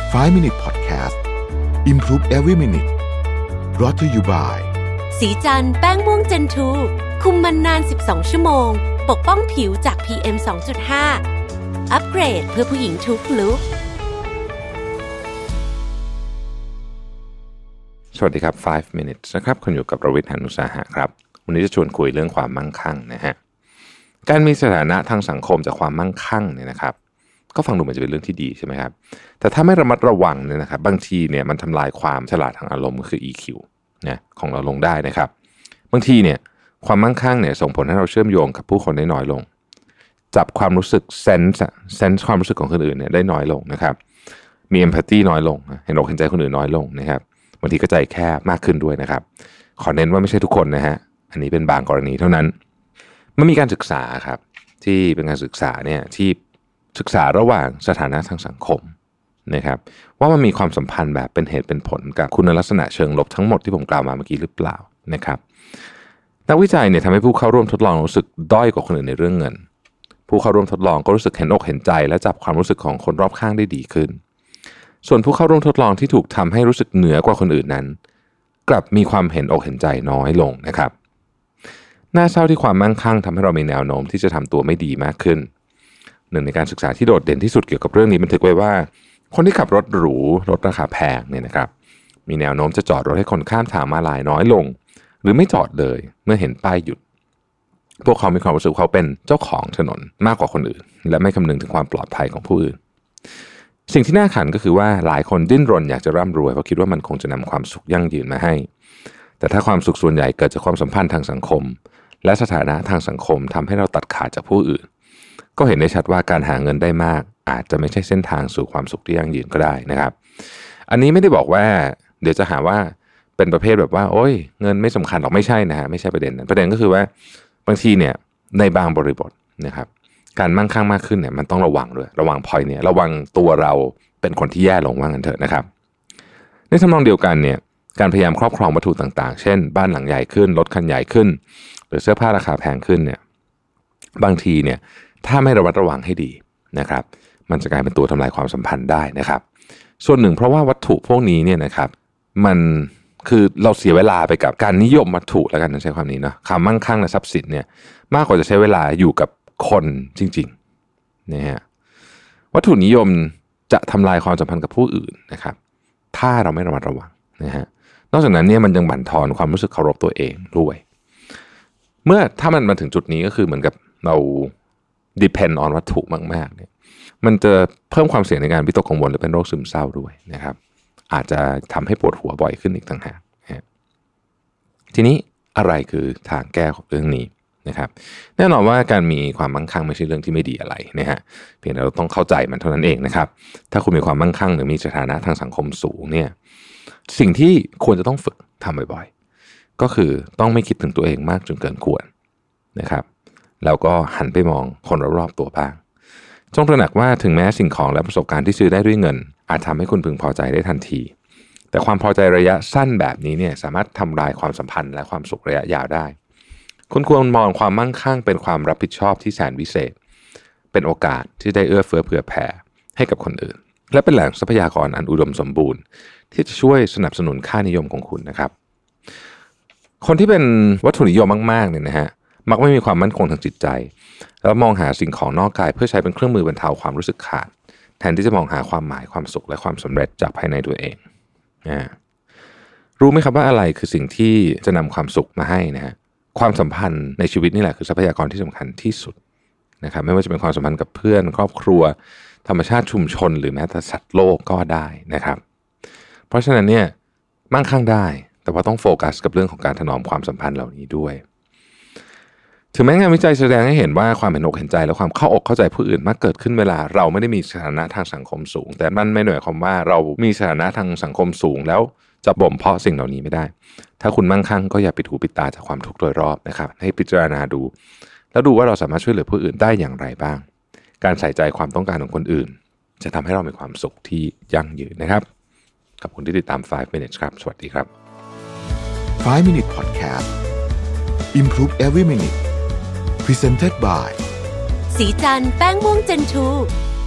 5 Minute Podcast Improve Every Minute brought to you by สีจันแป้งม่วงเจนทูคุมมันนาน12ชั่วโมงปกป้องผิวจาก PM 2.5 อัปเกรดเพื่อผู้หญิงทุกลุคสวัสดีครับ5 minutes นะครับคุณอยู่กับประวิทย์ หาญอุตสาหะครับวันนี้จะชวนคุยเรื่องความมั่งคั่งนะฮะการมีสถานะทางสังคมจากความมั่งคั่งเนี่ยนะครับก็ฟังดูเหมือนจะเป็นเรื่องที่ดีใช่ไหมครับแต่ถ้าไม่ระมัดระวังเนี่ยนะครับบางทีเนี่ยมันทำลายความฉลาดทางอารมณ์ก็คือ EQ นะของเราลงได้นะครับบางทีเนี่ยความมั่งคั่งเนี่ยส่งผลให้เราเชื่อมโยงกับผู้คนได้น้อยลงจับความรู้สึกเซนส์ความรู้สึกของคนอื่นเนี่ยได้น้อยลงนะครับมีเอมพัตตีน้อยลงเห็นอกเห็นใจคนอื่นน้อยลงนะครับบางทีก็ใจแคบมากขึ้นด้วยนะครับขอเน้นว่าไม่ใช่ทุกคนนะฮะอันนี้เป็นบางกรณีเท่านั้นมันมีการศึกษาครับที่เป็นการศึกษาเนี่ยที่ศึกษาระหว่างสถานะทางสังคมนะครับว่ามันมีความสัมพันธ์แบบเป็นเหตุเป็นผลกับคุณลักษณะเชิงลบทั้งหมดที่ผมกล่าวมาเมื่อกี้หรือเปล่านะครับนักวิจัยเนี่ยทำให้ผู้เข้าร่วมทดลองรู้สึกด้อยกว่าคนอื่นในเรื่องเงินผู้เข้าร่วมทดลองก็รู้สึกเห็นอกเห็นใจและจับความรู้สึกของคนรอบข้างได้ดีขึ้นส่วนผู้เข้าร่วมทดลองที่ถูกทำให้รู้สึกเหนือกว่าคนอื่นนั้นกลับมีความเห็นอกเห็นใจน้อยลงนะครับน่าเศร้าที่ความมั่งคั่งทำให้เรามีแนวโน้มที่จะทำตัวไม่ดีมากขึ้นหนึ่งในการศึกษาที่โดดเด่นที่สุดเกี่ยวกับเรื่องนี้บันทึกไว้ว่าคนที่ขับรถหรูรถราคาแพงเนี่ยนะครับมีแนวโน้มจะจอดรถให้คนข้ามทางม้าลายน้อยลงหรือไม่จอดเลยเมื่อเห็นป้ายหยุดพวกเขามีความรู้สึกเขาเป็นเจ้าของถนนมากกว่าคนอื่นและไม่คำนึงถึงความปลอดภัยของผู้อื่นสิ่งที่น่าขันก็คือว่าหลายคนดิ้นรนอยากจะร่ำรวยเพราะคิดว่ามันคงจะนำความสุขยั่งยืนมาให้แต่ถ้าความสุขส่วนใหญ่เกิดจากความสัมพันธ์ทางสังคมและสถานะทางสังคมทำให้เราตัดขาดจากผู้อื่นก็เห็นได้ชัดว่าการหาเงินได้มากอาจจะไม่ใช่เส้นทางสู่ความสุขที่ยั่งยืนก็ได้นะครับอันนี้ไม่ได้บอกว่าเดี๋ยวจะหาว่าเป็นประเภทแบบว่าโอ้ยเงินไม่สำคัญหรอกไม่ใช่นะฮะไม่ใช่ประเด็นนั้นประเด็นก็คือว่าบางทีเนี่ยในบางบริบทนะครับการมั่งคั่งมากขึ้นเนี่ยมันต้องระวังด้วยระวังพอยเนี่ยระวังตัวเราเป็นคนที่แย่ลงว่างั้นเถอะนะครับในทำนองเดียวกันเนี่ยการพยายามครอบครองวัตถุต่างๆเช่นบ้านหลังใหญ่ขึ้นรถคันใหญ่ขึ้นหรือเสื้อผ้าราคาแพงขึ้นเนี่ยบางทีเนี่ยถ้าไม่ระมัดระวังให้ดีนะครับมันจะกลายเป็นตัวทำลายความสัมพันธ์ได้นะครับส่วนหนึ่งเพราะว่าวัตถุพวกนี้เนี่ยนะครับมันคือเราเสียเวลาไปกับการนิยมวัตถุแล้วกันใช้ความนี้เนาะความมั่งคั่งและทรัพย์สินเนี่ยมากกว่าจะใช้เวลาอยู่กับคนจริงๆนะฮะวัตถุนิยมจะทำลายความสัมพันธ์กับผู้อื่นนะครับถ้าเราไม่ระมัดระวังนะฮะนอกจากนั้นเนี่ยมันยังบั่นทอนความรู้สึกเคารพตัวเองด้วยถ้ามันมาถึงจุดนี้ก็คือเหมือนกับเรา depend on วัตถุมากๆเนี่ยมันจะเพิ่มความเสี่ยงในการวิตกกังวลหรือเป็นโรคซึมเศร้าด้วยนะครับอาจจะทำให้ปวดหัวบ่อยขึ้นอีกต่างหากนะทีนี้อะไรคือทางแก้ของเรื่องนี้นะครับแน่นอนว่าการมีความมั่งคั่งไม่ใช่เรื่องที่ไม่ดีอะไรนะฮะเพียงแต่เราต้องเข้าใจมันเท่านั้นเองนะครับถ้าคุณมีความมั่งคั่งหรือมีสถานะทางสังคมสูงเนี่ยสิ่งที่ควรจะต้องฝึกทำบ่อยๆก็คือต้องไม่คิดถึงตัวเองมากจนเกินควรนะครับแล้วก็หันไปมองคนรอบๆตัวบ้างจงตระหนักว่าถึงแม้สิ่งของและประสบการณ์ที่ซื้อได้ด้วยเงินอาจทำให้คุณพึงพอใจได้ทันทีแต่ความพอใจระยะสั้นแบบนี้เนี่ยสามารถทำลายความสัมพันธ์และความสุขระยะยาวได้คุณควรมองความมั่งคั่งเป็นความรับผิดชอบที่แสนวิเศษเป็นโอกาสที่ได้เอื้อเฟื้อเผื่อแผ่ให้กับคนอื่นและเป็นแหล่งทรัพยากรอันอุดมสมบูรณ์ที่จะช่วยสนับสนุนค่านิยมของคุณนะครับคนที่เป็นวัตถุนิยมมากๆเนี่ยนะฮะมักไม่มีความมั่นคงทางจิตใจแล้วมองหาสิ่งของนอกกายเพื่อใช้เป็นเครื่องมือบรรเทาความรู้สึกขาดแทนที่จะมองหาความหมายความสุขและความสำเร็จจากภายในตัวเองรู้ไหมครับว่าอะไรคือสิ่งที่จะนำความสุขมาให้นะฮะความสัมพันธ์ในชีวิตนี่แหละคือทรัพยากรที่สำคัญที่สุดนะครับไม่ว่าจะเป็นความสัมพันธ์กับเพื่อนครอบครัวธรรมชาติชุมชนหรือแม้แต่สัตว์โลกก็ได้นะครับเพราะฉะนั้นเนี่ยมั่งคั่งได้แต่ว่าต้องโฟกัสกับเรื่องของการถนอมความสัมพันธ์เหล่านี้ด้วยถึงแม้งานวิจัยแสดงให้เห็นว่าความเห็นอกเห็นใจและความเข้าอกเข้าใจผู้อื่นมักเกิดขึ้นเวลาเราไม่ได้มีสถานะทางสังคมสูงแต่มันไม่หมายความว่าเรามีสถานะทางสังคมสูงแล้วจะบ่มเพาะสิ่งเหล่านี้ไม่ได้ถ้าคุณมั่งคั่งก็อย่าปิดหูปิดตาจากความทุกข์โดยรอบนะครับให้พิจารณาดูแล้วดูว่าเราสามารถช่วยเหลือผู้อื่นได้อย่างไรบ้างการใส่ใจความต้องการของคนอื่นจะทำให้เรามีความสุขที่ยั่งยืนนะครับขอบคุณที่ติดตาม5 minutes ครับสวัสดีครับ 5 Minute Podcast Improve Every Minute Presented by สีจันแป้งม่วงเจนทู